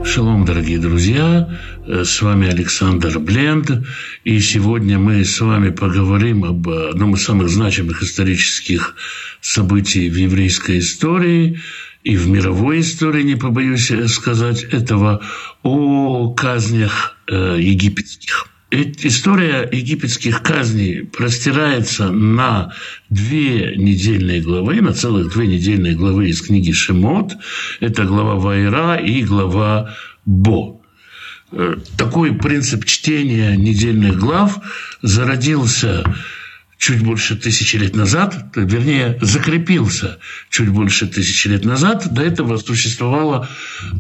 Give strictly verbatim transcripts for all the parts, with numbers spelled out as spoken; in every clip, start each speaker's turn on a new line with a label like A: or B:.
A: Шалом, дорогие друзья, с вами Александр Бленд, и сегодня мы с вами поговорим об одном из самых значимых исторических событий в еврейской истории и в мировой истории, не побоюсь сказать этого, о казнях египетских. История египетских казней простирается на две недельные главы, на целых две недельные главы из книги Шемот. Это глава Ваира и глава Бо. Такой принцип чтения недельных глав зародился чуть больше тысячи лет назад, вернее, закрепился чуть больше тысячи лет назад. До этого существовало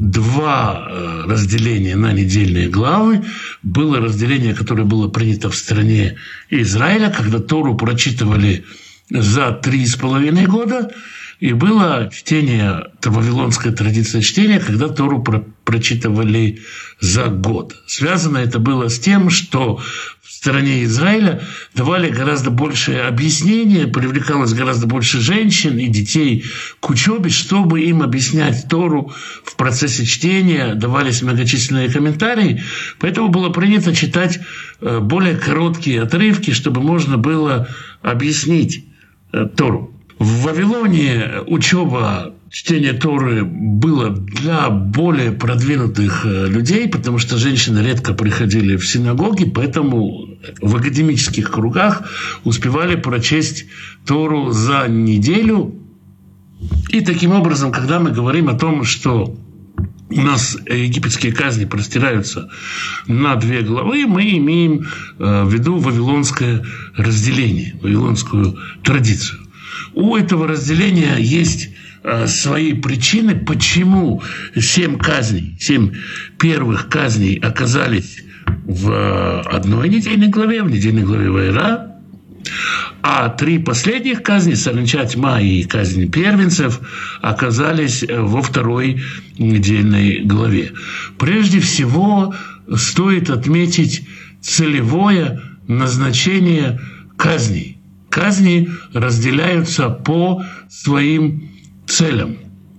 A: два разделения на недельные главы. Было разделение, которое было принято в стране Израиля, когда Тору прочитывали за три с половиной года, и было чтение, вавилонская традиция чтения, когда Тору про- прочитывали за год. Связано это было с тем, что в стране Израиля давали гораздо больше объяснения, привлекалось гораздо больше женщин и детей к учебе, чтобы им объяснять Тору в процессе чтения, давались многочисленные комментарии, поэтому было принято читать более короткие отрывки, чтобы можно было объяснить Тору. В Вавилоне учеба чтения Торы было для более продвинутых людей, потому что женщины редко приходили в синагоги, поэтому в академических кругах успевали прочесть Тору за неделю. И таким образом, когда мы говорим о том, что у нас египетские казни простираются на две главы, мы имеем в виду вавилонское разделение, вавилонскую традицию. У этого разделения есть свои причины, почему семь казней, семь первых казней оказались в одной недельной главе, в недельной главе Ваира, а три последних казни, саранча, тьма и казнь первенцев, оказались во второй недельной главе. Прежде всего, стоит отметить целевое назначение казней. Казни разделяются по своим целям.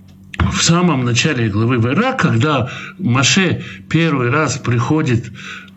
A: В самом начале главы Ваира, когда Моше первый раз приходит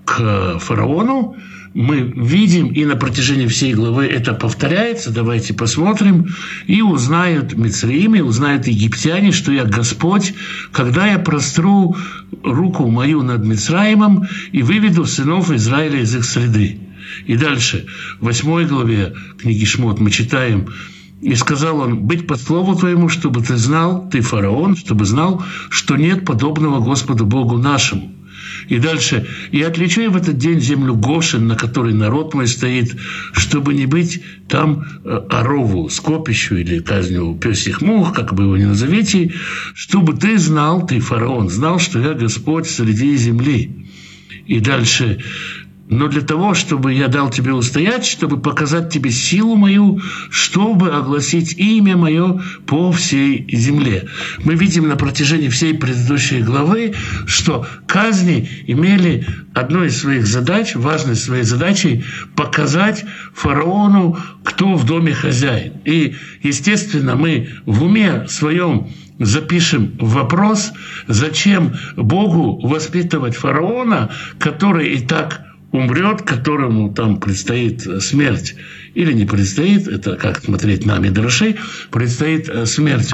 A: к фараону, мы видим, и на протяжении всей главы это повторяется, давайте посмотрим, и узнают мицраимы, узнают египтяне, что я Господь, когда я простру руку мою над Мицраимом и выведу сынов Израиля из их среды. И дальше, в восьмой главе книги Шмот мы читаем: «И сказал он: быть по слову твоему, чтобы ты знал, ты фараон, чтобы знал, что нет подобного Господу Богу нашему». И дальше: «И отличу я в этот день землю Гошен, на которой народ мой стоит, чтобы не быть там орову, скопищу или казнью пёсьих мух, как бы его ни назовите, чтобы ты знал, ты фараон, знал, что я Господь среди земли». И дальше: «Но для того, чтобы я дал тебе устоять, чтобы показать тебе силу мою, чтобы огласить имя мое по всей земле». Мы видим на протяжении всей предыдущей главы, что казни имели одной из своих задач, важной своей задачей, показать фараону, кто в доме хозяин. И, естественно, мы в уме своем запишем вопрос, зачем Богу воспитывать фараона, который и так умрет, которому там предстоит смерть или не предстоит, это как смотреть на Мидрашей, предстоит смерть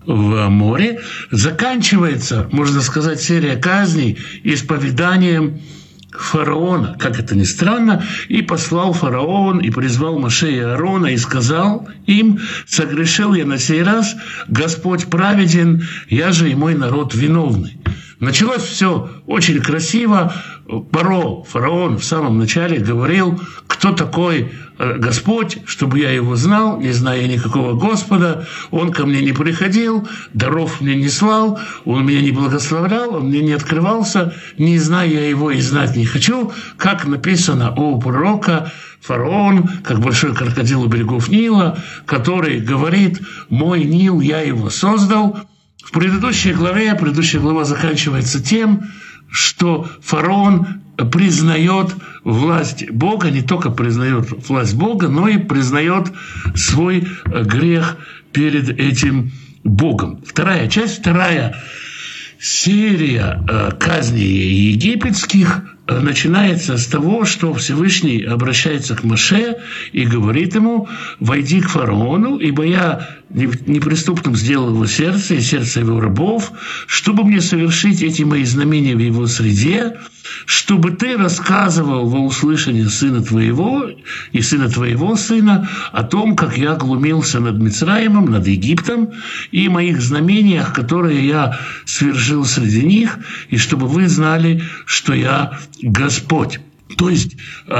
A: в море. Заканчивается, можно сказать, серия казней исповеданием фараона, как это ни странно, и послал фараон, и призвал Моше и Аарона, и сказал им: «Согрешил я на сей раз, Господь праведен, я же и мой народ виновны». Началось все очень красиво. Паро, фараон, в самом начале говорил, кто такой Господь, чтобы я его знал, не зная никакого Господа. Он ко мне не приходил, даров мне не слал, он меня не благословлял, он мне не открывался, не зная я его и знать не хочу. Как написано у пророка, фараон, как большой крокодил у берегов Нила, который говорит: «Мой Нил, я его создал». В предыдущей главе, предыдущая глава заканчивается тем, что фараон признает власть Бога, не только признает власть Бога, но и признает свой грех перед этим Богом. Вторая часть, вторая серия э, казней египетских начинается с того, что Всевышний обращается к Моше и говорит ему: «Войди к фараону, ибо я неприступным сделал его сердце и сердце его рабов, чтобы мне совершить эти мои знамения в его среде, чтобы ты рассказывал во услышание сына твоего и сына твоего сына о том, как я глумился над Мицраимом, над Египтом, и моих знамениях, которые я совершил среди них, и чтобы вы знали, что я Господь». То есть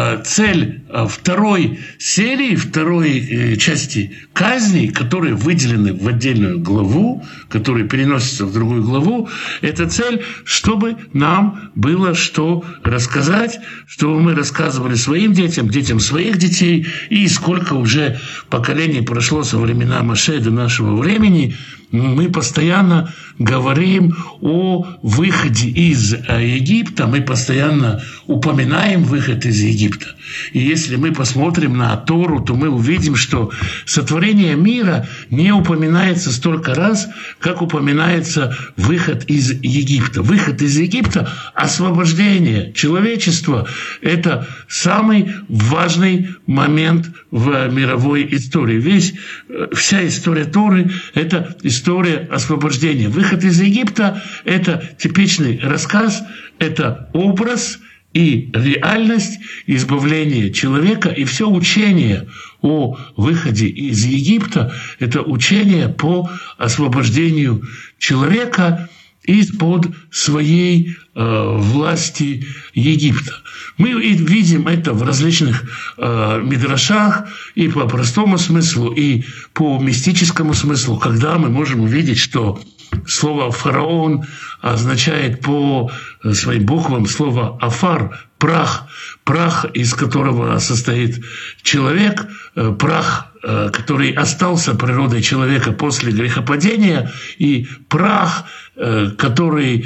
A: цель второй серии, второй части казней, которые выделены в отдельную главу, которые переносятся в другую главу, это цель, чтобы нам было что рассказать, чтобы мы рассказывали своим детям, детям своих детей, и сколько уже поколений прошло со времена Моше до нашего времени, мы постоянно говорим о выходе из Египта, мы постоянно упоминаем выход из Египта. И если мы посмотрим на Тору, то мы увидим, что сотворение мира не упоминается столько раз, как упоминается выход из Египта. Выход из Египта – освобождение человечества – это самый важный момент в мировой истории. Весь, вся история Торы – это история История освобождения. Выход из Египта – это типичный рассказ, это образ и реальность избавления человека. И все учение о выходе из Египта – это учение по освобождению человека из-под своей э, власти Египта. Мы видим это в различных э, мидрашах и по простому смыслу, и по мистическому смыслу, когда мы можем увидеть, что слово «фараон» означает по своим буквам слово «афар» – прах, прах, из которого состоит человек, э, прах, э, который остался природой человека после грехопадения, и прах, э, который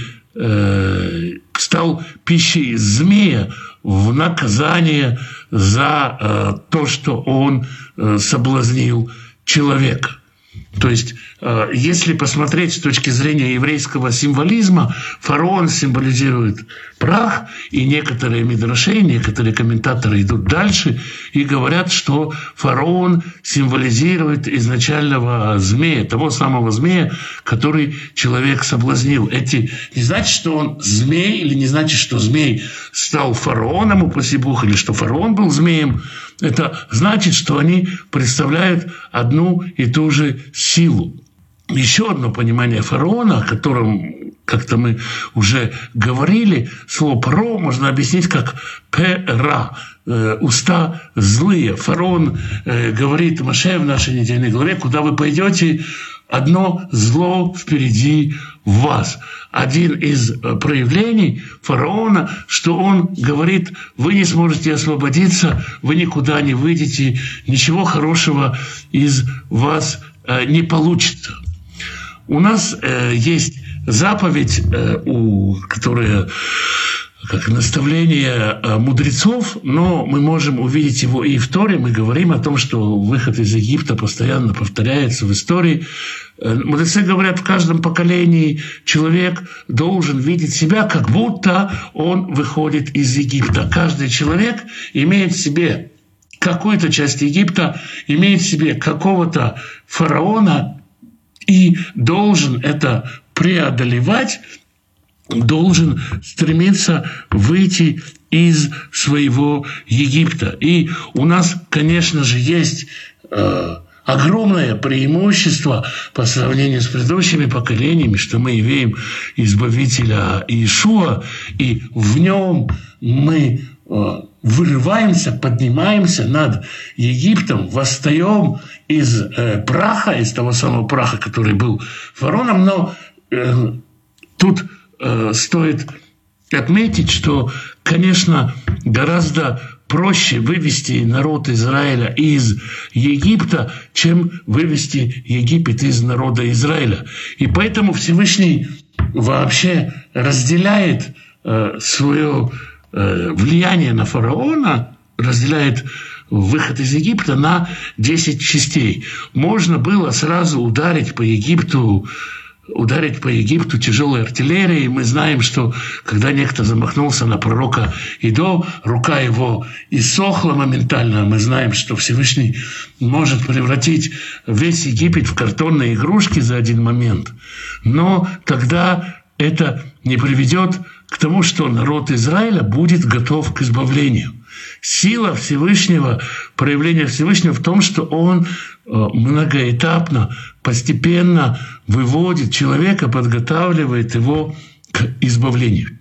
A: э, стал пищей змея в наказание за э, то, что он э, соблазнил человека. То есть, э, если посмотреть с точки зрения еврейского символизма, фараон символизирует прах, и некоторые мидраши, некоторые комментаторы идут дальше и говорят, что фараон символизирует изначального змея, того самого змея, который человек соблазнил. Эти не значит, что он змей, или не значит, что змей стал фараоном, упаси Бог, или что фараон был змеем. Это значит, что они представляют одну и ту же силу. Еще одно понимание фараона, о котором как-то мы уже говорили, слово «паро» можно объяснить как «пера», э, уста злые. Фараон э, говорит Моше в нашей недельной главе: «Куда вы пойдете, одно зло впереди вас». Один из проявлений фараона, что он говорит: вы не сможете освободиться, вы никуда не выйдете, ничего хорошего из вас э, не получится. У нас э, есть заповедь, э, у, которая как наставление э, мудрецов, но мы можем увидеть его и в Торе. Мы говорим о том, что выход из Египта постоянно повторяется в истории. Э, мудрецы говорят, в каждом поколении человек должен видеть себя, как будто он выходит из Египта. Каждый человек имеет в себе какую-то часть Египта, имеет в себе какого-то фараона, и должен это преодолевать, должен стремиться выйти из своего Египта. И у нас, конечно же, есть э, огромное преимущество по сравнению с предыдущими поколениями, что мы имеем избавителя Иешуа, и в нем мы э, вырываемся, поднимаемся над Египтом, восстаем из э, праха, из того самого праха, который был фараоном. Но э, тут э, стоит отметить, что, конечно, гораздо проще вывести народ Израиля из Египта, чем вывести Египет из народа Израиля. И поэтому Всевышний вообще разделяет э, свое э, влияние на фараона, разделяет выход из Египта на десять частей. Можно было сразу ударить по Египту ударить по Египту тяжелой артиллерией. Мы знаем, что когда некто замахнулся на пророка Идо, рука его иссохла моментально. Мы знаем, что Всевышний может превратить весь Египет в картонные игрушки за один момент. Но тогда это не приведет к тому, что народ Израиля будет готов к избавлению. Сила Всевышнего, проявление Всевышнего в том, что Он многоэтапно, постепенно выводит человека, подготавливает его к избавлению.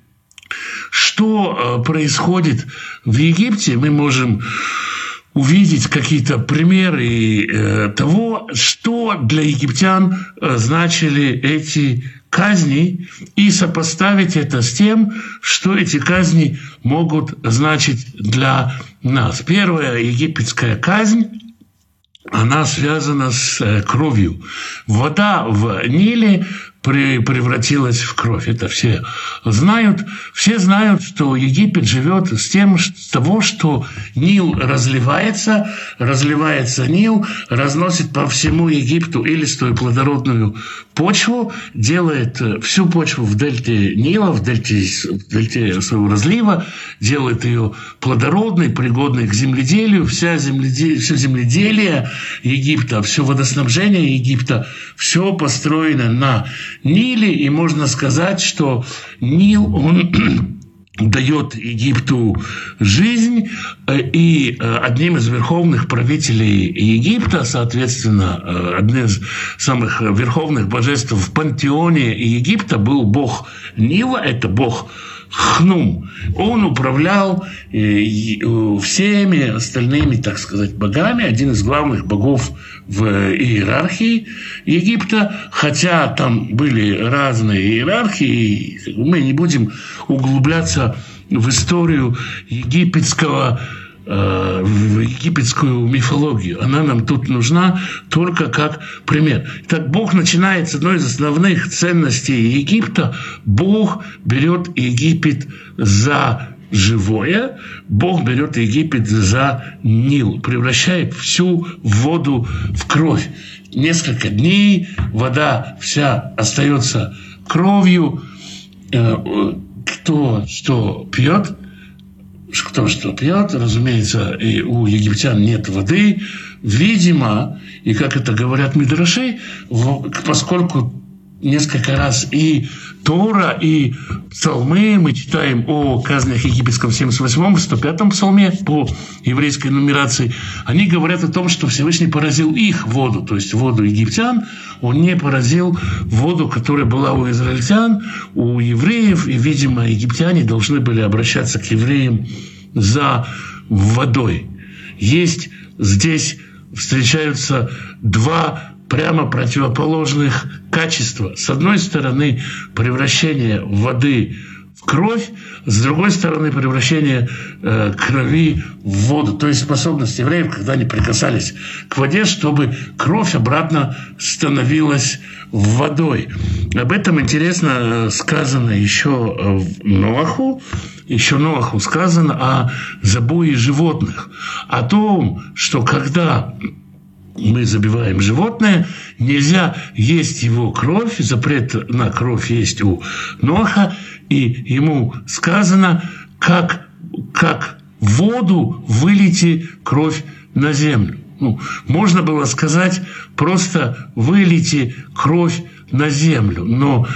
A: Что происходит в Египте, мы можем увидеть какие-то примеры того, что для египтян значили эти казни, и сопоставить это с тем, что эти казни могут значить для нас. Первая египетская казнь, она связана с кровью. Вода в Ниле превратилась в кровь. Это все знают. Все знают, что Египет живет с тем, с того, что Нил разливается, разливается Нил, разносит по всему Египту илистую плодородную почву, делает всю почву в дельте Нила, в дельте, в дельте своего разлива, делает ее плодородной, пригодной к земледелию. Вся земледелие, все земледелие Египта, все водоснабжение Египта, все построено на Ниле, и можно сказать, что Нил, он дает Египту жизнь, и одним из верховных правителей Египта, соответственно, одним из самых верховных божеств в пантеоне Египта был бог Нила, это бог Хнум. Он управлял всеми остальными, так сказать, богами, один из главных богов в иерархии Египта, хотя там были разные иерархии, мы не будем углубляться в историю египетского, в египетскую мифологию. Она нам тут нужна только как пример. Так Бог начинает с одной из основных ценностей Египта. Бог берет Египет за живое, Бог берет Египет за Нил, превращает всю воду в кровь. Несколько дней вода вся остается кровью. Кто что пьет, кто что пьет, разумеется, и у египтян нет воды, видимо, и как это говорят мидраши, поскольку несколько раз и Тора, и псалмы, мы читаем о казнях египетском в семьдесят восьмом, сто пятом псалме по еврейской нумерации, они говорят о том, что Всевышний поразил их воду, то есть воду египтян, он не поразил воду, которая была у израильтян, у евреев, и, видимо, египтяне должны были обращаться к евреям за водой. Есть здесь, встречаются два прямо противоположных качества. С одной стороны, превращение воды в кровь, с другой стороны, превращение э, крови в воду. То есть способность евреев, когда они прикасались к воде, чтобы кровь обратно становилась водой. Об этом интересно сказано еще в Ноаху. Еще Ноаху сказано о забое животных. О том, что когда мы забиваем животное, нельзя есть его кровь, запрет на кровь есть у Ноаха, и ему сказано, как, как в воду вылейте кровь на землю. Ну, можно было сказать, просто вылейте кровь на землю, но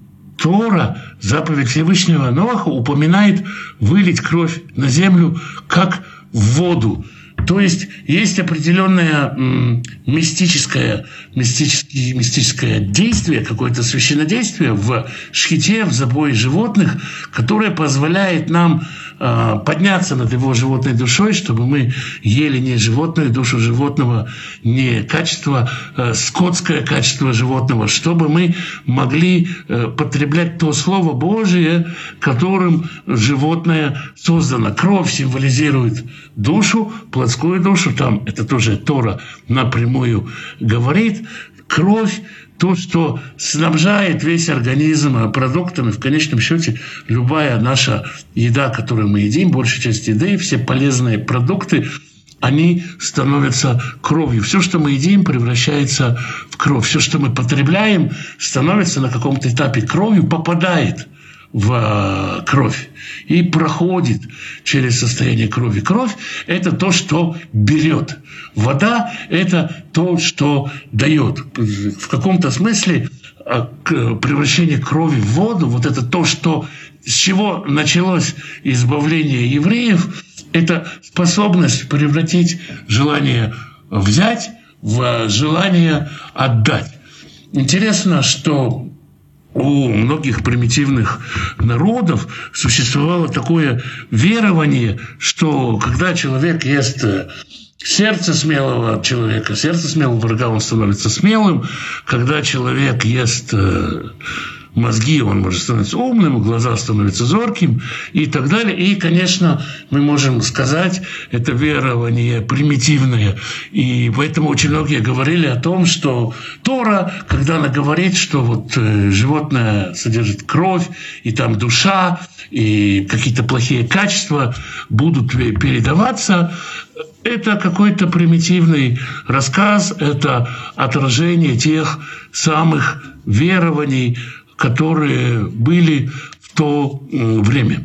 A: Тора, заповедь Всевышнего Ноаха, упоминает вылить кровь на землю как в воду. То есть есть определенное м, мистическое, мистическое, мистическое действие, какое-то священнодействие в шхите, в забое животных, которое позволяет нам э, подняться над его животной душой, чтобы мы ели не животную душу животного, не качество, э, скотское качество животного, чтобы мы могли э, потреблять то Слово Божие, которым животное создано. Кровь символизирует душу, плотскую душу, там это тоже Тора напрямую говорит. Кровь, то, что снабжает весь организм продуктами, в конечном счете, любая наша еда, которую мы едим, большая часть еды, все полезные продукты, они становятся кровью. Все, что мы едим, превращается в кровь. Все, что мы потребляем, становится на каком-то этапе кровью, попадает в кровь и проходит через состояние крови. Кровь – это то, что берет. Вода – это то, что дает. В каком-то смысле превращение крови в воду, вот это то, что, с чего началось избавление евреев, это способность превратить желание взять в желание отдать. Интересно, что у многих примитивных народов существовало такое верование, что когда человек ест сердце смелого человека, сердце смелого врага, он становится смелым. Когда человек ест мозги, он может становиться умным, глаза становятся зорким и так далее. И, конечно, мы можем сказать, это верование примитивное. И поэтому очень многие говорили о том, что Тора, когда она говорит, что вот животное содержит кровь, и там душа, и какие-то плохие качества будут передаваться, это какой-то примитивный рассказ, это отражение тех самых верований, которые были в то время.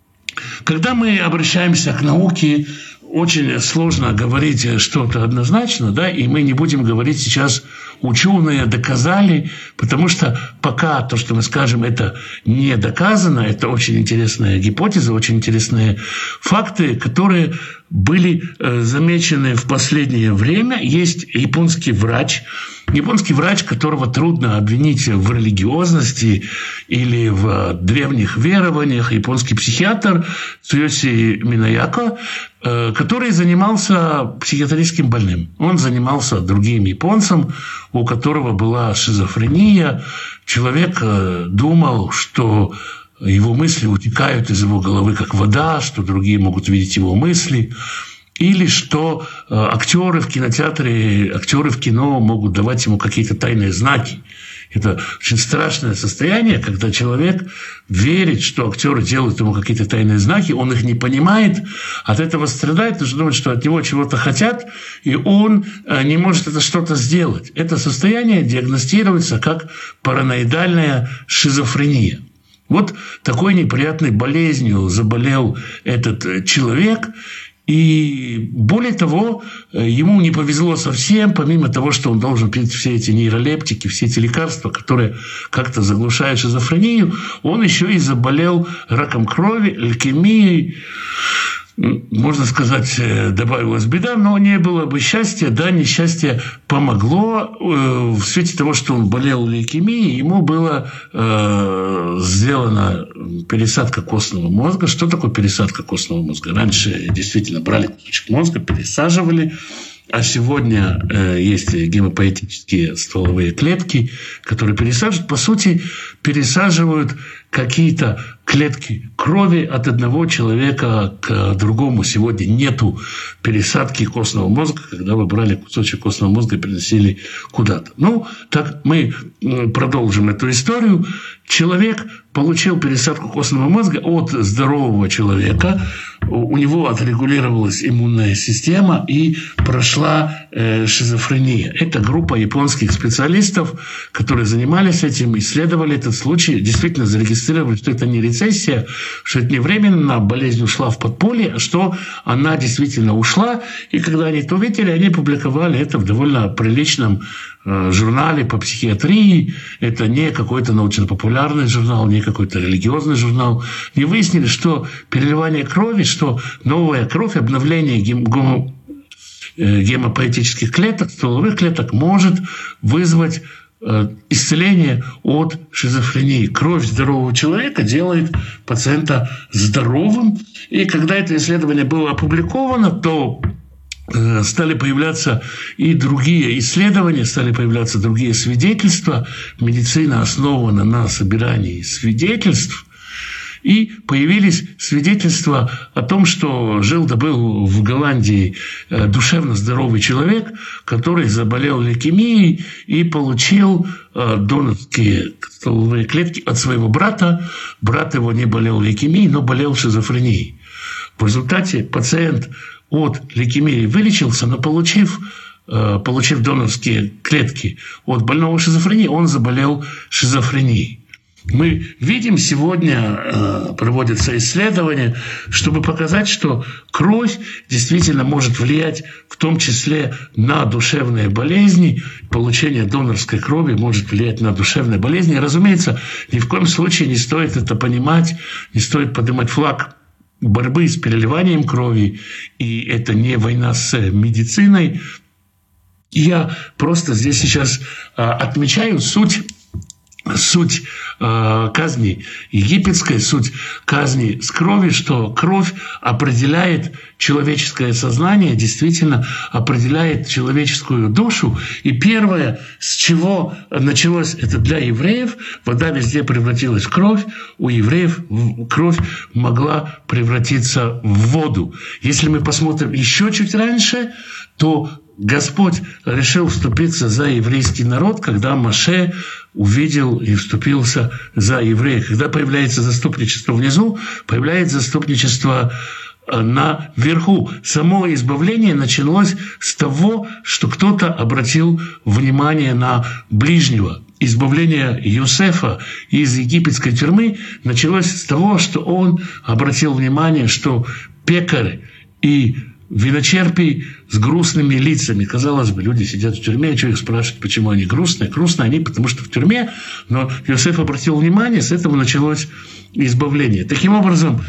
A: Когда мы обращаемся к науке, очень сложно говорить что-то однозначно, да, и мы не будем говорить сейчас ученые доказали, потому что пока то, что мы скажем, это не доказано, это очень интересная гипотеза, очень интересные факты, которые были замечены в последнее время. Есть японский врач, японский врач, которого трудно обвинить в религиозности или в древних верованиях, японский психиатр Цуёси Минаяко, который занимался психиатрическим больным. Он занимался другим японцем, у которого была шизофрения. Человек думал, что его мысли утекают из его головы, как вода, что другие могут видеть его мысли, или что актеры в кинотеатре, актеры в кино могут давать ему какие-то тайные знаки. Это очень страшное состояние, когда человек верит, что актеры делают ему какие-то тайные знаки, он их не понимает, от этого страдает, потому что думает, что от него чего-то хотят, и он не может это что-то сделать. Это состояние диагностируется как параноидальная шизофрения. Вот такой неприятной болезнью заболел этот человек. И более того, ему не повезло совсем, помимо того, что он должен пить все эти нейролептики, все эти лекарства, которые как-то заглушают шизофрению, он еще и заболел раком крови, лейкемией. Можно сказать, добавилась беда, но не было бы счастья, да, несчастье помогло. В свете того, что он болел лейкемией, ему была э, сделана пересадка костного мозга. Что такое пересадка костного мозга? Раньше действительно брали кусочек мозга, пересаживали, а сегодня э, есть гемопоэтические стволовые клетки, которые пересаживают. По сути, пересаживают какие-то клетки крови от одного человека к другому. Сегодня нету пересадки костного мозга, когда вы брали кусочек костного мозга и переносили куда-то. Ну, так мы продолжим эту историю. Человек получил пересадку костного мозга от здорового человека, у него отрегулировалась иммунная система и прошла э, шизофрения. Это группа японских специалистов, которые занимались этим, исследовали этот случай, действительно зарегистрировали, что это не рецессия, что это не временно, болезнь ушла в подполье, а что она действительно ушла. И когда они это увидели, они публиковали это в довольно приличном э, журнале по психиатрии. Это не какой-то научно-популярный журнал, не какой-то религиозный журнал. И выяснили, что переливание крови, что новая кровь, обновление гем- гемопоэтических клеток, стволовых клеток может вызвать исцеление от шизофрении. Кровь здорового человека делает пациента здоровым. И когда это исследование было опубликовано, то стали появляться и другие исследования, стали появляться другие свидетельства. Медицина основана на собирании свидетельств. И появились свидетельства о том, что жил да был в Голландии душевно здоровый человек, который заболел лейкемией и получил донорские стволовые клетки от своего брата. Брат его не болел лейкемией, но болел шизофренией. В результате пациент от лейкемии вылечился, но получив, получив донорские клетки от больного шизофрении, он заболел шизофренией. Мы видим сегодня, проводятся исследования, чтобы показать, что кровь действительно может влиять в том числе на душевные болезни. Получение донорской крови может влиять на душевные болезни. И, разумеется, ни в коем случае не стоит это понимать, не стоит поднимать флаг борьбы с переливанием крови. И это не война с медициной. Я просто здесь сейчас отмечаю суть Суть э, казни египетской, суть казни с крови, что кровь определяет человеческое сознание, действительно определяет человеческую душу. И первое, с чего началось это для евреев, вода везде превратилась в кровь, у евреев кровь могла превратиться в воду. Если мы посмотрим еще чуть раньше, то Господь решил вступиться за еврейский народ, когда Моше увидел и вступился за евреев. Когда появляется заступничество внизу, появляется заступничество наверху. Само избавление началось с того, что кто-то обратил внимание на ближнего. Избавление Иосифа из египетской тюрьмы началось с того, что он обратил внимание, что пекарь и виночерпий с грустными лицами. Казалось бы, люди сидят в тюрьме, что их спрашивать, почему они грустные? Грустные они, потому что в тюрьме. Но Иосиф обратил внимание, с этого началось избавление. Таким образом,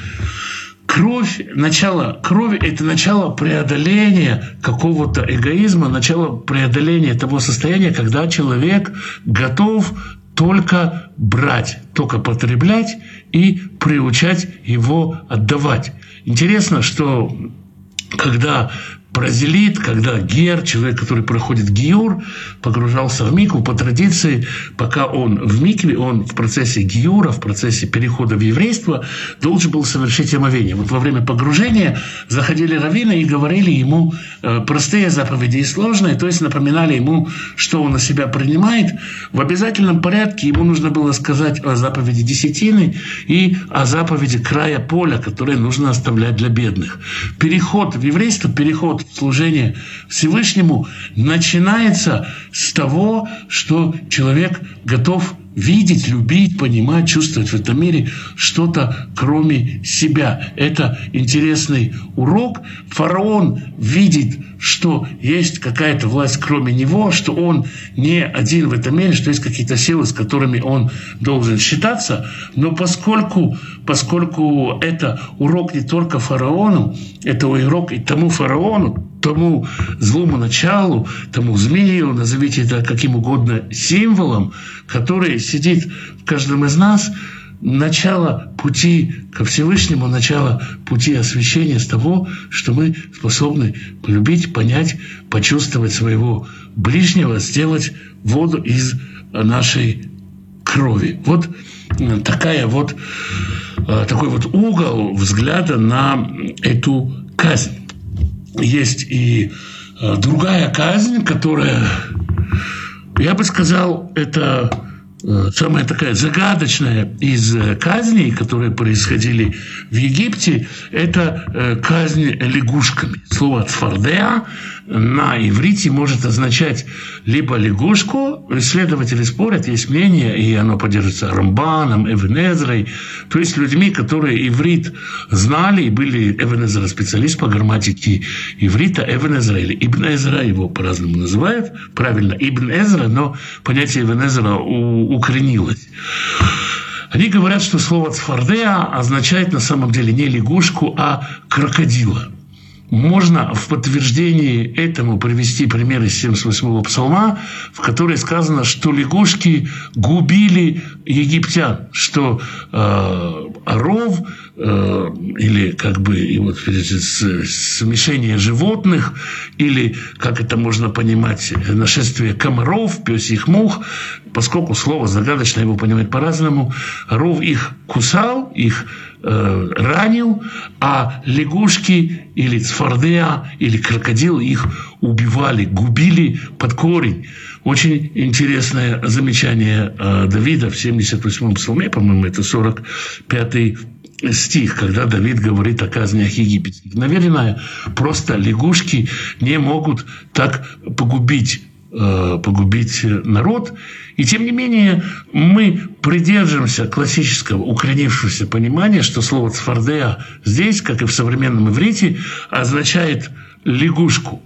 A: кровь, начало крови – это начало преодоления какого-то эгоизма, начало преодоления того состояния, когда человек готов только брать, только потреблять и приучать его отдавать. Интересно, что когда прозелит, когда гер, человек, который проходит гиюр, погружался в микву, по традиции, пока он в микве, он в процессе гиюра, в процессе перехода в еврейство, должен был совершить омовение. Вот во время погружения заходили раввины и говорили ему простые заповеди и сложные, то есть напоминали ему, что он на себя принимает. В обязательном порядке ему нужно было сказать о заповеди десятины и о заповеди края поля, которые нужно оставлять для бедных. Переход в еврейство, переход служение Всевышнему начинается с того, что человек готов видеть, любить, понимать, чувствовать в этом мире что-то кроме себя. Это интересный урок. Фараон видит, что есть какая-то власть кроме него, что он не один в этом мире, что есть какие-то силы, с которыми он должен считаться. Но поскольку, поскольку это урок не только фараону, это урок и тому фараону, тому злому началу, тому змею, назовите это каким угодно символом, который сидит в каждом из нас, начало пути ко Всевышнему, начало пути освящения с того, что мы способны полюбить, понять, почувствовать своего ближнего, сделать воду из нашей крови. Вот такая вот, такой вот угол взгляда на эту казнь. Есть и другая казнь, которая, я бы сказал, это самая такая загадочная из казней, которые происходили в Египте, это казнь лягушками. Слово «цфардеа» на иврите может означать либо лягушку, исследователи спорят, есть мнение, и оно поддерживается Рамбаном, Эбн Эзрой, то есть людьми, которые иврит знали, и были Эбн Эзра специалист по грамматике иврита, Эбн Эзра или Ибн Эзра, его по-разному называют, правильно, Ибн Эзра, но понятие Эбн Эзра укоренилось. Они говорят, что слово «цфардеа» означает на самом деле не лягушку, а крокодила. Можно в подтверждении этому привести пример из семьдесят восьмого псалма, в которой сказано, что лягушки губили египтян, что э, ров э, или как бы и вот смешение животных, или, как это можно понимать, нашествие комаров, пёсьих мух, поскольку слово загадочное, его понимать по-разному, ров их кусал, их ранил, а лягушки или цфардеа, или крокодил их убивали, губили под корень. Очень интересное замечание Давида в семьдесят восьмом псалме, по-моему, это сорок пятый стих, когда Давид говорит о казнях египетских. Наверное, просто лягушки не могут так погубить, погубить народ. И тем не менее мы придерживаемся классического укоренившегося понимания, что слово «цфардея» здесь, как и в современном иврите, означает лягушку.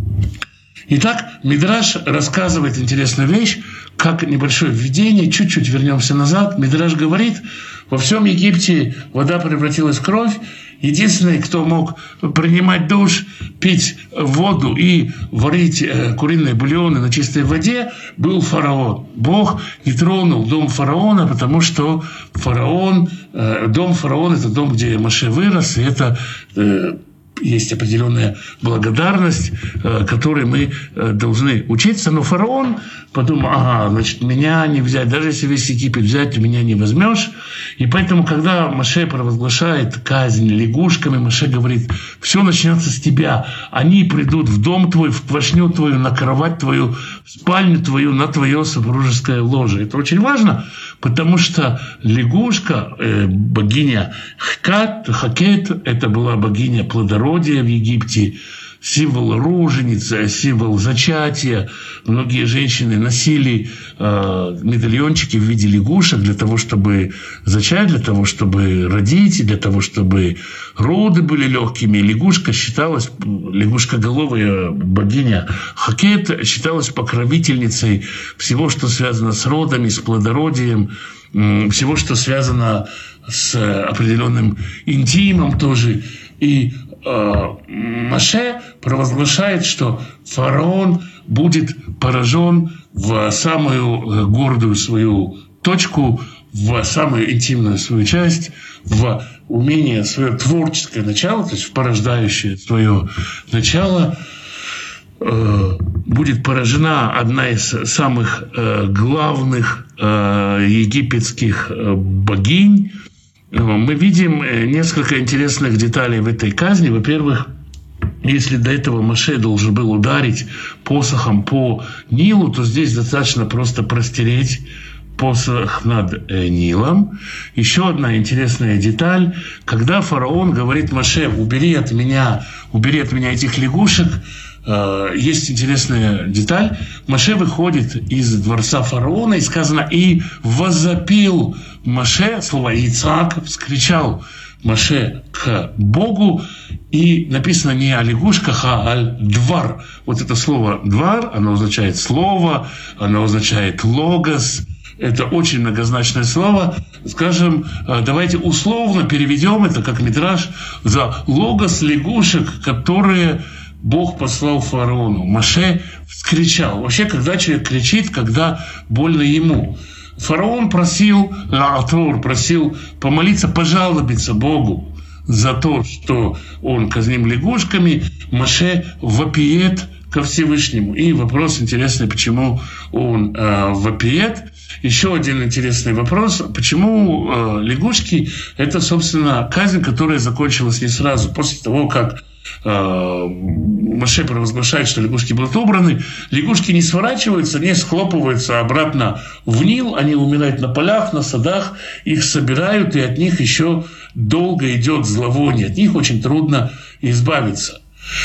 A: Итак, Мидраш рассказывает интересную вещь, как небольшое введение, чуть-чуть вернемся назад. Мидраш говорит, во всем Египте вода превратилась в кровь. Единственный, кто мог принимать душ, пить воду и варить куриные бульоны на чистой воде, был фараон. Бог не тронул дом фараона, потому что фараон, дом фараона – это дом, где Моше вырос, и это есть определенная благодарность, которой мы должны учиться. Но фараон подумал, ага, значит, меня не взять, даже если весь Египет взять, ты меня не возьмешь. И поэтому, когда Моше провозглашает казнь лягушками, Моше говорит, все начнется с тебя. Они придут в дом твой, в квашню твою, на кровать твою, в спальню твою, на твое супружеское ложе. Это очень важно, потому что лягушка, э, богиня Хкат, Хакет, это была богиня плодородия в Египте, символ роженицы, символ зачатия. Многие женщины носили э, медальончики в виде лягушек для того, чтобы зачать, для того, чтобы родить, для того, чтобы роды были легкими. Лягушка считалась, лягушкоголовая богиня Хакет считалась покровительницей всего, что связано с родами, с плодородием, всего, что связано с определенным интимом тоже. И Моше провозглашает, что фараон будет поражен в самую гордую свою точку, в самую интимную свою часть, в умение свое творческое начало, то есть в порождающее свое начало, будет поражена одна из самых главных египетских богинь. Мы видим несколько интересных деталей в этой казни. Во-первых, если до этого Моше должен был ударить посохом по Нилу, то здесь достаточно просто простереть посох над Нилом. Еще одна интересная деталь. Когда фараон говорит Моше, убери от меня, убери от меня этих лягушек, есть интересная деталь. Моше выходит из дворца фараона, и сказано, и возопил Моше, слово Ицхак, вскричал Моше к Богу, и написано не о лягушках, а о двар. Вот это слово двар, оно означает слово, оно означает логос. Это очень многозначное слово. Скажем, давайте условно переведем это, как Мидраш, за логос лягушек, которые Бог послал фараону. Моше вскричал. Вообще, когда человек кричит, когда больно ему. Фараон просил, лаатор, просил помолиться, пожалобиться Богу за то, что он казним лягушками. Моше вопиет ко Всевышнему. И вопрос интересный, почему он э, вопиет. Еще один интересный вопрос. Почему э, лягушки – это, собственно, казнь, которая закончилась не сразу. После того, как Моше провозглашает, что лягушки будут убраны, лягушки не сворачиваются, не схлопываются обратно в Нил, они умирают на полях, на садах, их собирают, и от них еще долго идет зловоние, от них очень трудно избавиться.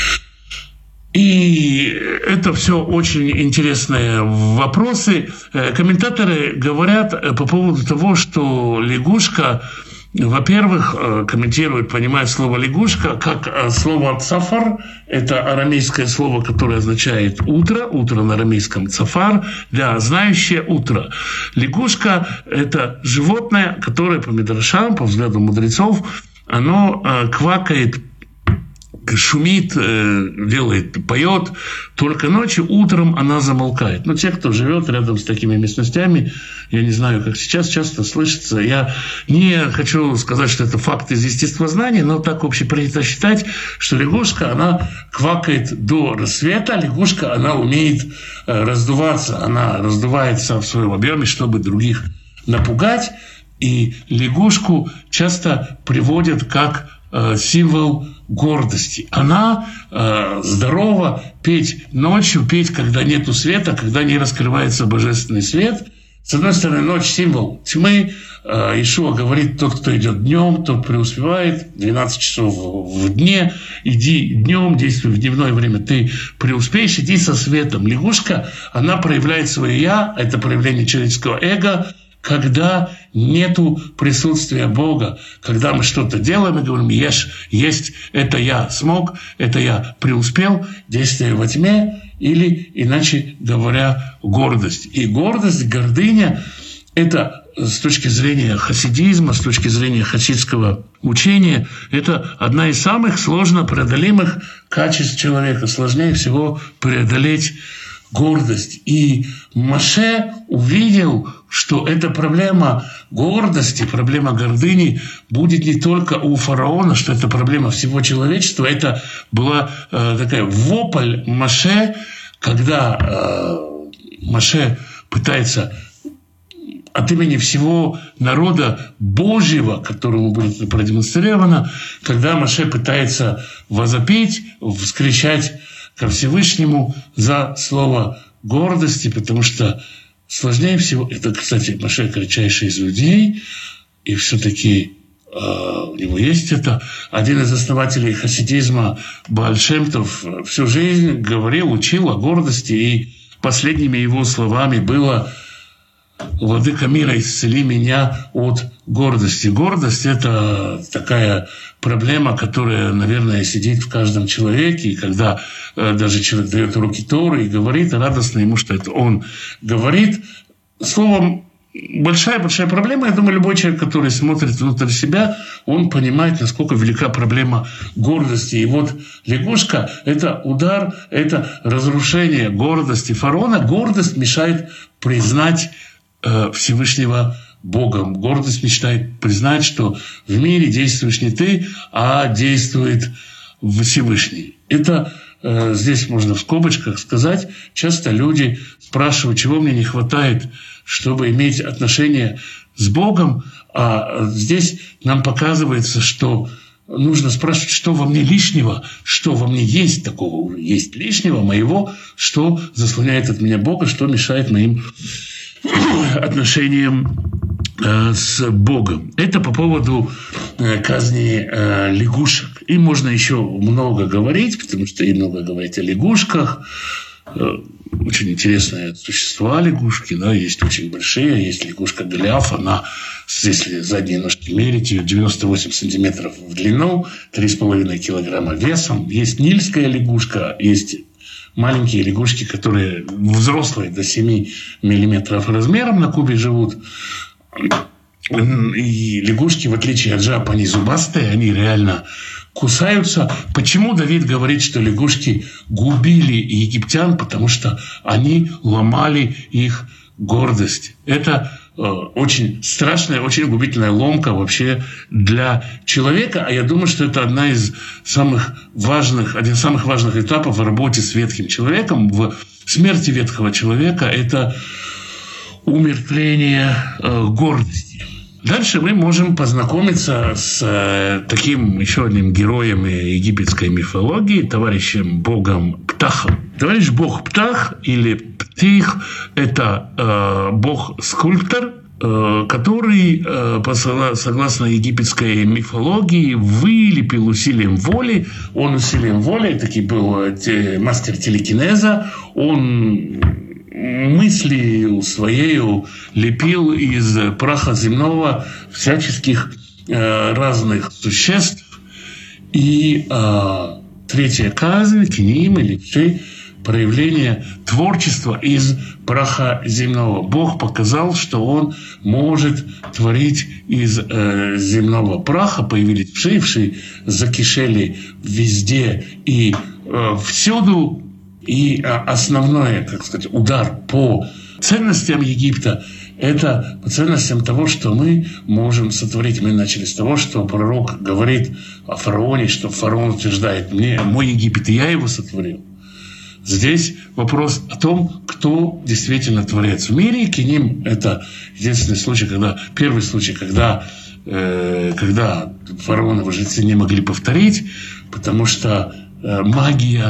A: И это все очень интересные вопросы. Комментаторы говорят по поводу того, что лягушка, во-первых, комментируют, понимают слово «лягушка» как слово «цафар». Это арамейское слово, которое означает «утро». Утро на арамейском «цафар», для «знающее утро». Лягушка – это животное, которое по мидрашам, по взгляду мудрецов, оно квакает, шумит, делает, поет только ночью, утром она замолкает. Но те, кто живет рядом с такими местностями, я не знаю, как сейчас, часто слышится. Я не хочу сказать, что это факт из естествознания, но так общепринято считать, что лягушка, она квакает до рассвета, лягушка, она умеет раздуваться, она раздувается в своем объеме, чтобы других напугать, и лягушку часто приводят как символ гордости. Она э, здорова петь ночью, петь, когда нету света, когда не раскрывается божественный свет. С одной стороны, ночь – символ тьмы. Иешуа говорит, тот, кто идет днем, тот преуспевает. двенадцать часов в дне. Иди днем, действуй в дневное время, ты преуспеешь. Иди со светом. Лягушка, она проявляет свое «я», это проявление человеческого эго, когда нету присутствия Бога, когда мы что-то делаем и говорим, ешь, есть, это я смог, это я преуспел, действие во тьме, или, иначе говоря, гордость. И гордость, гордыня – это с точки зрения хасидизма, с точки зрения хасидского учения, это одна из самых сложно преодолимых качеств человека. Сложнее всего преодолеть гордость. И Моше увидел, что эта проблема гордости, проблема гордыни будет не только у фараона, что это проблема всего человечества. Это была э, такая вопль Моше, когда э, Моше пытается от имени всего народа Божьего, которому будет продемонстрировано, когда Моше пытается возопить, вскричать ко Всевышнему за слово гордости, потому что сложнее всего, это, кстати, Моше кричайший из людей, и все-таки э, у него есть это. Один из основателей хасидизма Бааль Шем Тов всю жизнь говорил, учил о гордости, и последними его словами было: «Владыка мира, исцели меня от гордости». Гордость – это такая проблема, которая, наверное, сидит в каждом человеке. И когда э, даже человек дает руки Торы и говорит, радостно ему, что это он говорит. Словом, большая-большая проблема. Я думаю, любой человек, который смотрит внутрь себя, он понимает, насколько велика проблема гордости. И вот лягушка – это удар, это разрушение гордости фараона. Гордость мешает признать Всевышнего Богом. Гордость мечтает признать, что в мире действуешь не ты, а действует Всевышний. Это э, здесь можно в скобочках сказать. Часто люди спрашивают, чего мне не хватает, чтобы иметь отношения с Богом. А здесь нам показывается, что нужно спрашивать, что во мне лишнего, что во мне есть такого, есть лишнего моего, что заслоняет от меня Бога, что мешает моим отношениям э, с Богом. Это по поводу э, казни э, лягушек. И можно еще много говорить, потому что и много говорить о лягушках. Э, очень интересные существа лягушки, да, есть очень большие. Есть лягушка Голиаф, она, если задние ножки мерить, ее девяносто восемь сантиметров в длину, три с половиной килограмма весом. Есть нильская лягушка, есть маленькие лягушки, которые взрослые до семи миллиметров размером на Кубе живут. И лягушки, в отличие от жаб, они зубастые, они реально кусаются. Почему Давид говорит, что лягушки губили египтян? Потому что они ломали их гордость. Это очень страшная, очень губительная ломка вообще для человека. А я думаю, что это одна из самых важных, один из самых важных этапов в работе с ветхим человеком, в смерти ветхого человека – это умертвление э, гордости. Дальше мы можем познакомиться с э, таким еще одним героем египетской мифологии, товарищем богом Птахом. Товарищ бог Птах или Птих – это э, бог-скульптор, э, который, э, согласно египетской мифологии, вылепил усилием воли. Он усилием воли, таки был те, мастер телекинеза, он мыслью своею лепил из праха земного всяческих э, разных существ. И э, третья казнь, киним или пши, проявление творчества из праха земного. Бог показал, что Он может творить из э, земного праха. Появились пши, пши закишели везде и э, всюду. И основной, как сказать, удар по ценностям Египта – это по ценностям того, что мы можем сотворить. Мы начали с того, что пророк говорит о фараоне, что фараон утверждает: «Мне, мой Египет, и я его сотворил». Здесь вопрос о том, кто действительно творец в мире. Киним – это единственный случай, когда, первый случай, когда, э, когда фараоновы жрецы не могли повторить, потому что э, магия,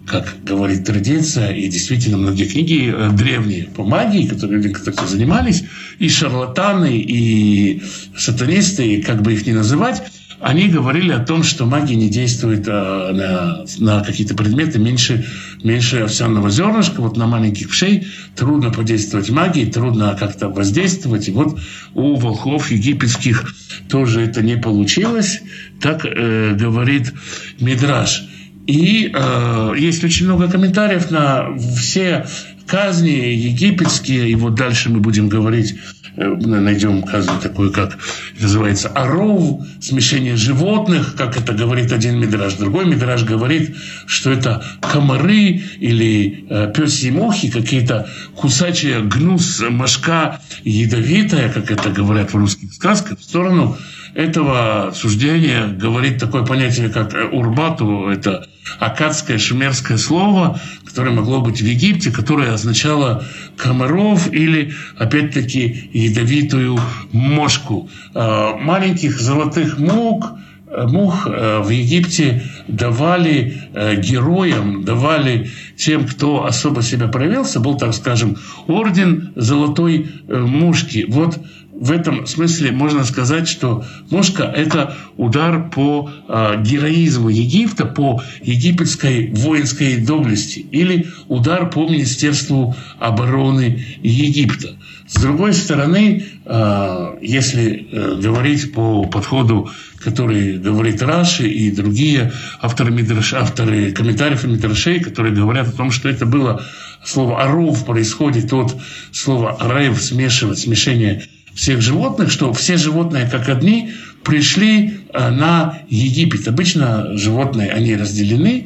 A: как говорит традиция, и действительно многие книги древние по магии, которые люди, кстати, занимались, и шарлатаны, и сатанисты, и как бы их ни называть, они говорили о том, что магия не действует а, на, на какие-то предметы меньше, меньше овсяного зернышка. Вот на маленьких пшей трудно подействовать магией, трудно как-то воздействовать. И вот у волхвов египетских тоже это не получилось. Так э, говорит Мидраш. И э, есть очень много комментариев на все казни египетские. И вот дальше мы будем говорить, мы найдем казнь такую, как называется аров, смешение животных, как это говорит один мидраш. Другой мидраш говорит, что это комары или э, пёсьи мухи, какие-то кусачие гнус, мошка ядовитая, как это говорят в русских сказках. В сторону этого суждения говорит такое понятие, как урбату, это аккадское шумерское слово, которое могло быть в Египте, которое означало комаров или, опять-таки, ядовитую мошку. Маленьких золотых мух, мух в Египте давали героям, давали тем, кто особо себя проявился, был, так скажем, орден золотой мушки. Вот в этом смысле можно сказать, что мушка – это удар по э, героизму Египта, по египетской воинской доблести, или удар по Министерству обороны Египта. С другой стороны, э, если э, говорить по подходу, который говорит Раши и другие авторы, мидраш, авторы комментариев и мидрашей, которые говорят о том, что это было слово «аров» происходит от слова «арев» – смешивать, смешение всех животных, что все животные, как одни, пришли на Египет. Обычно животные, они разделены,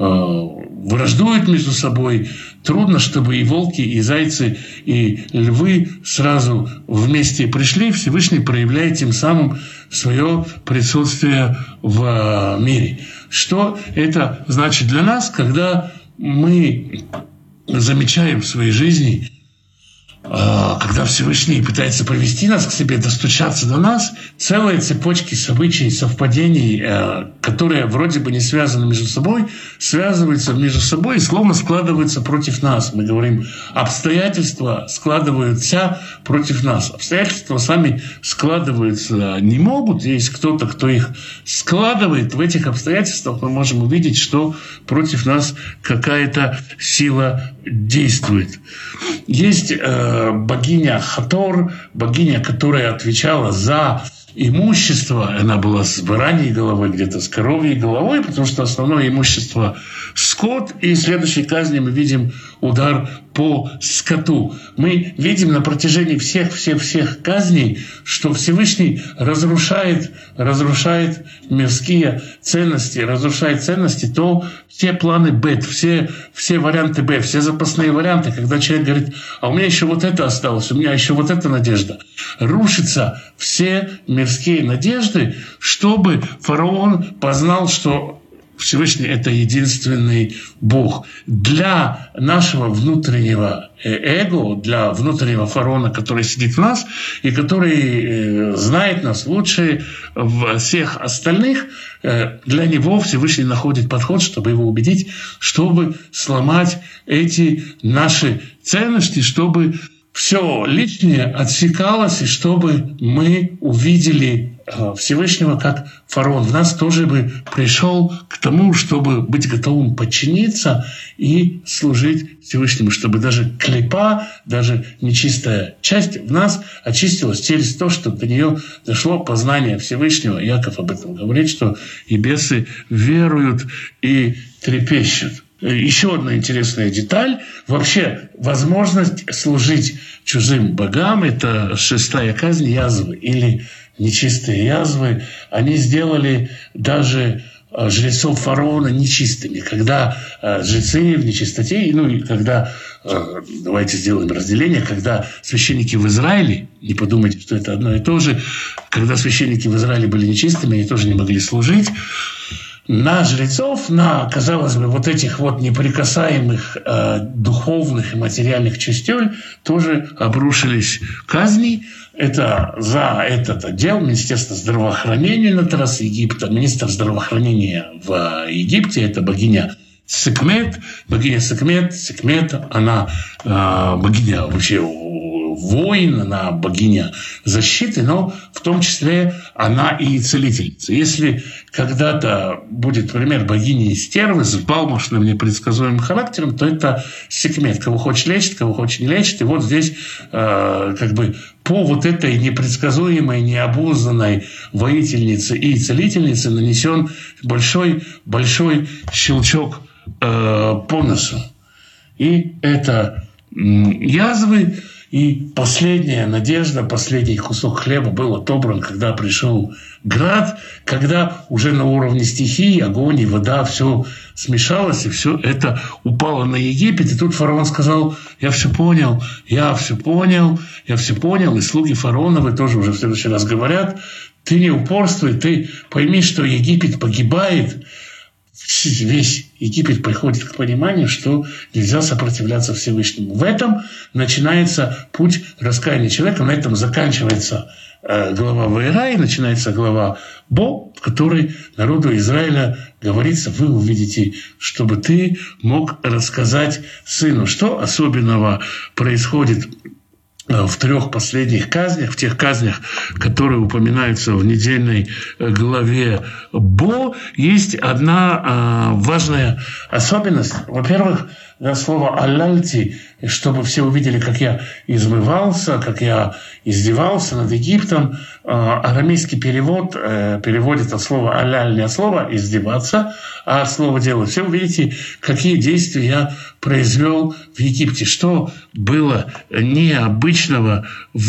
A: враждуют между собой. Трудно, чтобы и волки, и зайцы, и львы сразу вместе пришли. Всевышний проявляет тем самым свое присутствие в мире. Что это значит для нас, когда мы замечаем в своей жизни, когда Всевышний пытается привести нас к себе, достучаться до нас, целые цепочки событий, совпадений, которые вроде бы не связаны между собой, связываются между собой и словно складываются против нас. Мы говорим, обстоятельства складываются против нас. Обстоятельства сами складываются не могут. Есть кто-то, кто их складывает. В этих обстоятельствах мы можем увидеть, что против нас какая-то сила действует. Есть э, богиня Хатор, богиня, которая отвечала за имущество. Она была с бараньей головой, где-то с коровьей головой, потому что основное имущество – скот. И в следующей казни мы видим удар по скоту. Мы видим на протяжении всех-всех-всех казней, что Всевышний разрушает, разрушает мирские ценности, разрушает ценности, то все планы бет, все, все варианты Б, все запасные варианты, когда человек говорит, а у меня еще вот это осталось, у меня еще вот эта надежда. Рушатся все мирские надежды, чтобы фараон познал, что Всевышний – это единственный Бог. Для нашего внутреннего эго, для внутреннего фараона, который сидит в нас и который знает нас лучше всех остальных, для него Всевышний находит подход, чтобы его убедить, чтобы сломать эти наши ценности, чтобы все лишнее отсекалось, и чтобы мы увидели Всевышнего как фараон. В нас тоже бы пришел к тому, чтобы быть готовым подчиниться и служить Всевышнему, чтобы даже клепа, даже нечистая часть в нас очистилась через то, что до нее дошло познание Всевышнего. Яков об этом говорит, что и бесы веруют и трепещут. Еще одна интересная деталь. Вообще, возможность служить чужим богам – это шестая казнь язвы или нечистые язвы. Они сделали даже жрецов фараона нечистыми. Когда жрецы в нечистоте, ну и когда, давайте сделаем разделение, когда священники в Израиле, не подумайте, что это одно и то же, когда священники в Израиле были нечистыми, они тоже не могли служить, на жрецов, на, казалось бы, вот этих вот неприкасаемых э, духовных и материальных частей тоже обрушились казни. Это за этот отдел Министерства здравоохранения на террасе Египта. Министр здравоохранения в Египте – это богиня Секмет, богиня Секмет, Секмет, она э, богиня вообще воин, она богиня защиты, но в том числе она и целительница. Если когда-то будет пример богини Стервы с взбалмошным непредсказуемым характером, то это Секмет. Кого хочет лечит, кого хочет не лечит. И вот здесь э, как бы по вот этой непредсказуемой, необузданной воительнице и целительнице нанесен большой-большой щелчок э, по носу. И это э, язвы. И последняя надежда, последний кусок хлеба был отобран, когда пришел град, когда уже на уровне стихии, огонь и вода, все смешалось, и все это упало на Египет. И тут фараон сказал: я все понял, я все понял, я все понял. И слуги фараоновы тоже уже в следующий раз говорят: ты не упорствуй, ты пойми, что Египет погибает. Весь Египет приходит к пониманию, что нельзя сопротивляться Всевышнему. В этом начинается путь раскаяния человека, на этом заканчивается э, глава Ваера и начинается глава Бо, в которой народу Израиля говорится: вы увидите, чтобы ты мог рассказать сыну, что особенного происходит в трех последних казнях, в тех казнях, которые упоминаются в недельной главе Бо, есть одна э, важная особенность. Во-первых, слово «аллальти», чтобы все увидели, как я измывался, как я издевался над Египтом. Арамейский перевод э, переводит от слова «аляль» не от слова «издеваться», а от слова «делать». Все увидите, какие действия я произвел в Египте. Что было необычного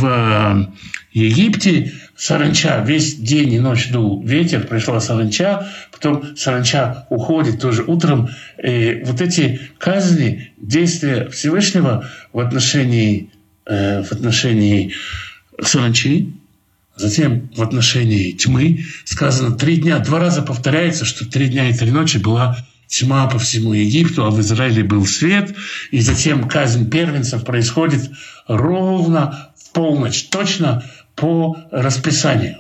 A: в Египте? Саранча. Весь день и ночь дул ветер, пришла саранча, потом саранча уходит тоже утром. И вот эти казни, действия Всевышнего в отношении, э, в отношении саранчи, затем в отношении тьмы, сказано три дня, два раза повторяется, что три дня и три ночи была тьма по всему Египту, а в Израиле был свет. И затем казнь первенцев происходит ровно в полночь, точно по расписанию.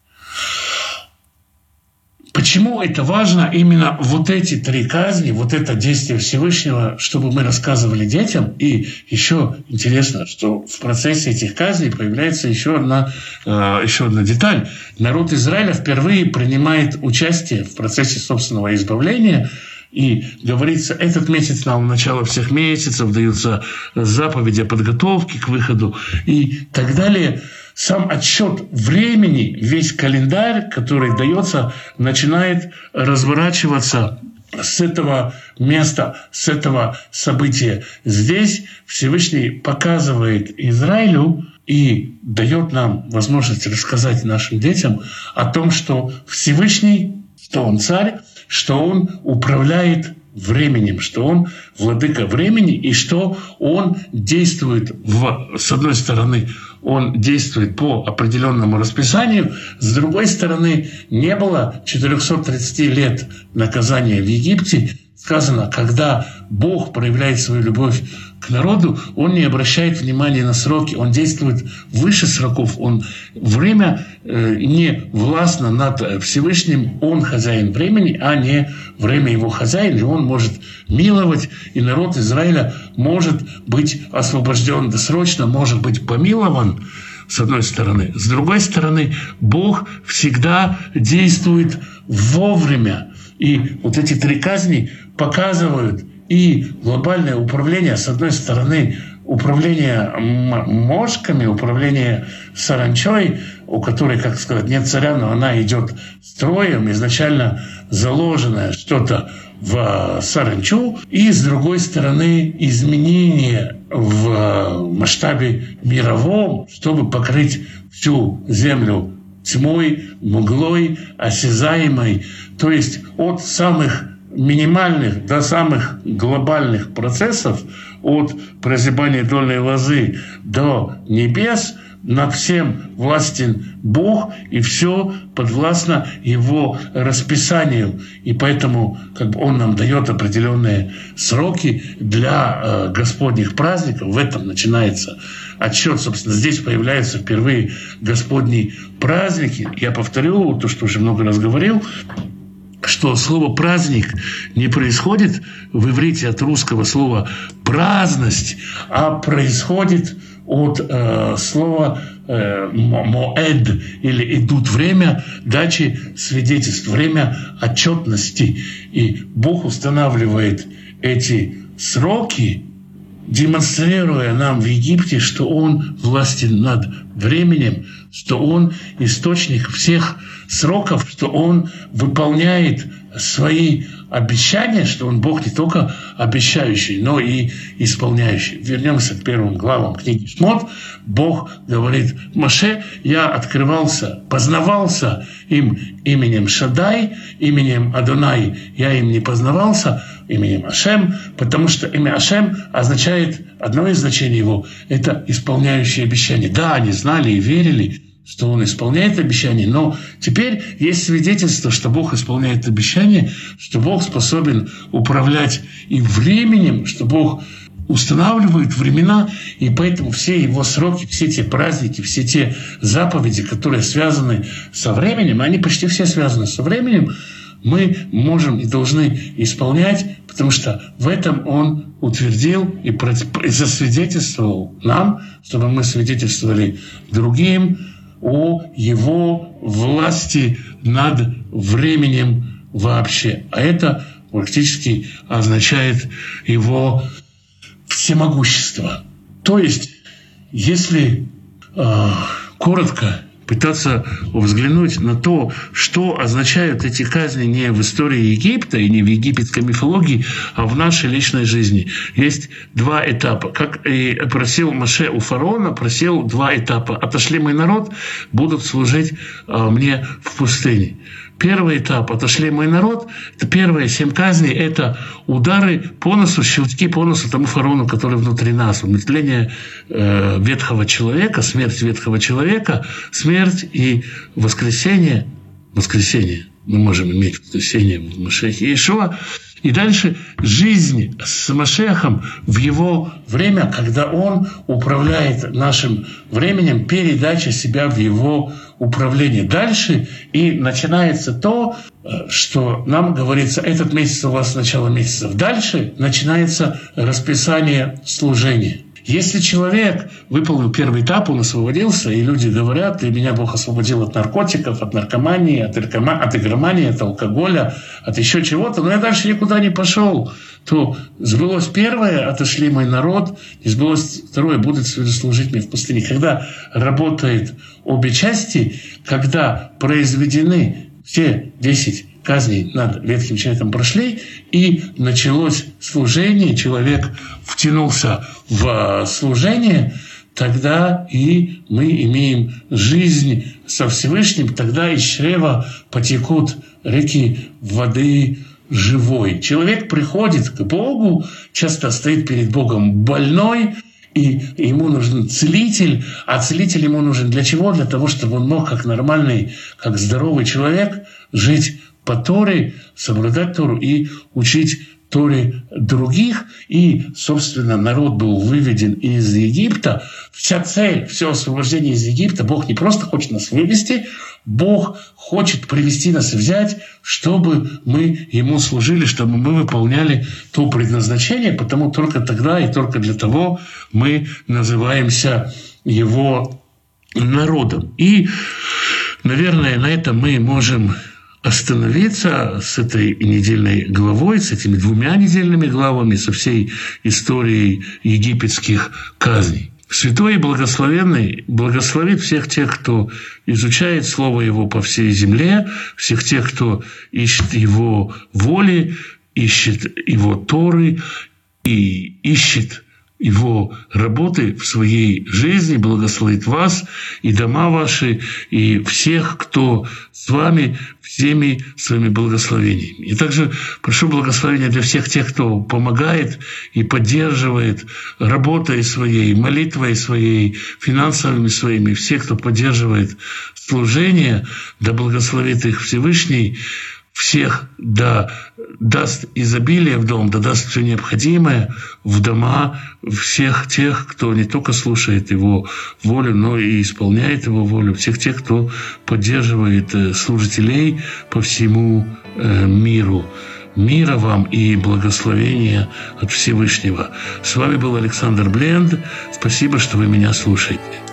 A: Почему это важно, именно вот эти три казни, вот это действие Всевышнего, чтобы мы рассказывали детям? И еще интересно, что в процессе этих казней появляется еще одна, э, еще одна деталь. Народ Израиля впервые принимает участие в процессе собственного избавления. И говорится, этот месяц нам начало всех месяцев, даются заповеди о подготовке к выходу и так далее. Сам отсчет времени, весь календарь, который дается, начинает разворачиваться с этого места, с этого события. Здесь Всевышний показывает Израилю и дает нам возможность рассказать нашим детям о том, что Всевышний, что Он царь, что Он управляет временем, что Он владыка времени, и что Он действует, в, с одной стороны, Он действует по определенному расписанию, с другой стороны, не было четырехсот тридцати лет наказания в Египте. Сказано, когда Бог проявляет свою любовь к народу, Он не обращает внимания на сроки, Он действует выше сроков, Он время э, не властно над Всевышним, Он хозяин времени, а не время Его хозяин, и Он может миловать, и народ Израиля может быть освобожден досрочно, может быть помилован, с одной стороны. С другой стороны, Бог всегда действует вовремя. И вот эти три казни показывают и глобальное управление, с одной стороны, управление мошками, управление саранчой, у которой, как сказать, нет царя, но она идет строем, изначально заложенное что-то в саранчу, и, с другой стороны, изменение в масштабе мировом, чтобы покрыть всю землю тьмой, мглой, осязаемой, то есть от самых минимальных до самых глобальных процессов, от прозябания дольной лозы до небес, над всем властен Бог, и все подвластно Его расписанию. И поэтому как бы Он нам дает определенные сроки для э, Господних праздников. В этом начинается отсчет. Собственно, здесь появляются впервые Господние праздники. Я повторю то, что уже много раз говорил. что слово «праздник» не происходит в иврите от русского слова «праздность», а происходит от э, слова э, «моэд» или «идут» – время дачи свидетельств, время отчетности. И Бог устанавливает эти сроки, демонстрируя нам в Египте, что Он властен над временем, что Он источник всех сроков, что Он выполняет свои обещания, что Он Бог не только обещающий, но и исполняющий. Вернемся к первым главам книги Шмот. Бог говорит: Моше, я открывался, познавался им именем Шадай, именем Адонай я им не познавался, именем Ашем, потому что имя Ашем означает, одно из значений его – это исполняющий обещания. Да, они знали и верили, что Он исполняет обещания, но теперь есть свидетельство, что Бог исполняет обещания, что Бог способен управлять и временем, что Бог устанавливает времена, и поэтому все Его сроки, все те праздники, все те заповеди, которые связаны со временем, они почти все связаны со временем, мы можем и должны исполнять, потому что в этом Он утвердил и засвидетельствовал нам, чтобы мы свидетельствовали другим о Его власти над временем вообще. А это практически означает Его всемогущество. То есть, если э, коротко пытаться взглянуть на то, что означают эти казни не в истории Египта и не в египетской мифологии, а в нашей личной жизни. Есть два этапа. Как и просил Моше у фараона, просил два этапа. «Отошли мой народ, будут служить мне в пустыне». Первый этап «Отошли мой народ» – это первые семь казней, это удары по носу, щелчки по носу тому фараону, который внутри нас, умертвление э, ветхого человека, смерть ветхого человека, смерть и воскресение, воскресение мы можем иметь воскресение в Машехе Иешуа, и дальше жизнь с Машехом в его время, когда он управляет нашим временем, передача себя в его управление. Дальше и начинается то, что нам говорится: этот месяц у вас начало месяцев. Дальше начинается расписание служения. Если человек выполнил первый этап, он освободился, и люди говорят: и меня Бог освободил от наркотиков, от наркомании, от, иркома, от игромании, от алкоголя, от еще чего-то, но я дальше никуда не пошел, то сбылось первое, отошли мой народ, и сбылось второе, будет служить мне в пустыне. Когда работает обе части, когда произведены все десять казней над ветхим человеком прошли, и началось служение, человек втянулся в служение, тогда и мы имеем жизнь со Всевышним, тогда из чрева потекут реки воды живой. Человек приходит к Богу, часто стоит перед Богом больной, и ему нужен целитель, а целитель ему нужен для чего? Для того, чтобы он мог, как нормальный, как здоровый человек, жить по Торе, соблюдать Тору и учить Торе других. И, собственно, народ был выведен из Египта. Вся цель, все освобождение из Египта, Бог не просто хочет нас вывести, Бог хочет привести нас и взять, чтобы мы Ему служили, чтобы мы выполняли то предназначение, потому только тогда и только для того мы называемся Его народом. И, наверное, на этом мы можем остановиться с этой недельной главой, с этими двумя недельными главами, со всей историей египетских казней. Святой и благословенный благословит всех тех, кто изучает Слово Его по всей земле, всех тех, кто ищет Его воли, ищет Его Торы и ищет Его работы в своей жизни, благословит вас и дома ваши, и всех, кто с вами, всеми своими благословениями. И также прошу благословения для всех тех, кто помогает и поддерживает работой своей, молитвой своей, финансовыми своими, всех, кто поддерживает служение, да благословит их Всевышний всех да даст изобилие в дом, да даст все необходимое в дома всех тех, кто не только слушает Его волю, но и исполняет Его волю, всех тех, кто поддерживает служителей по всему миру. Мира вам и благословения от Всевышнего. С вами был Александр Бленд. Спасибо, что вы меня слушаете.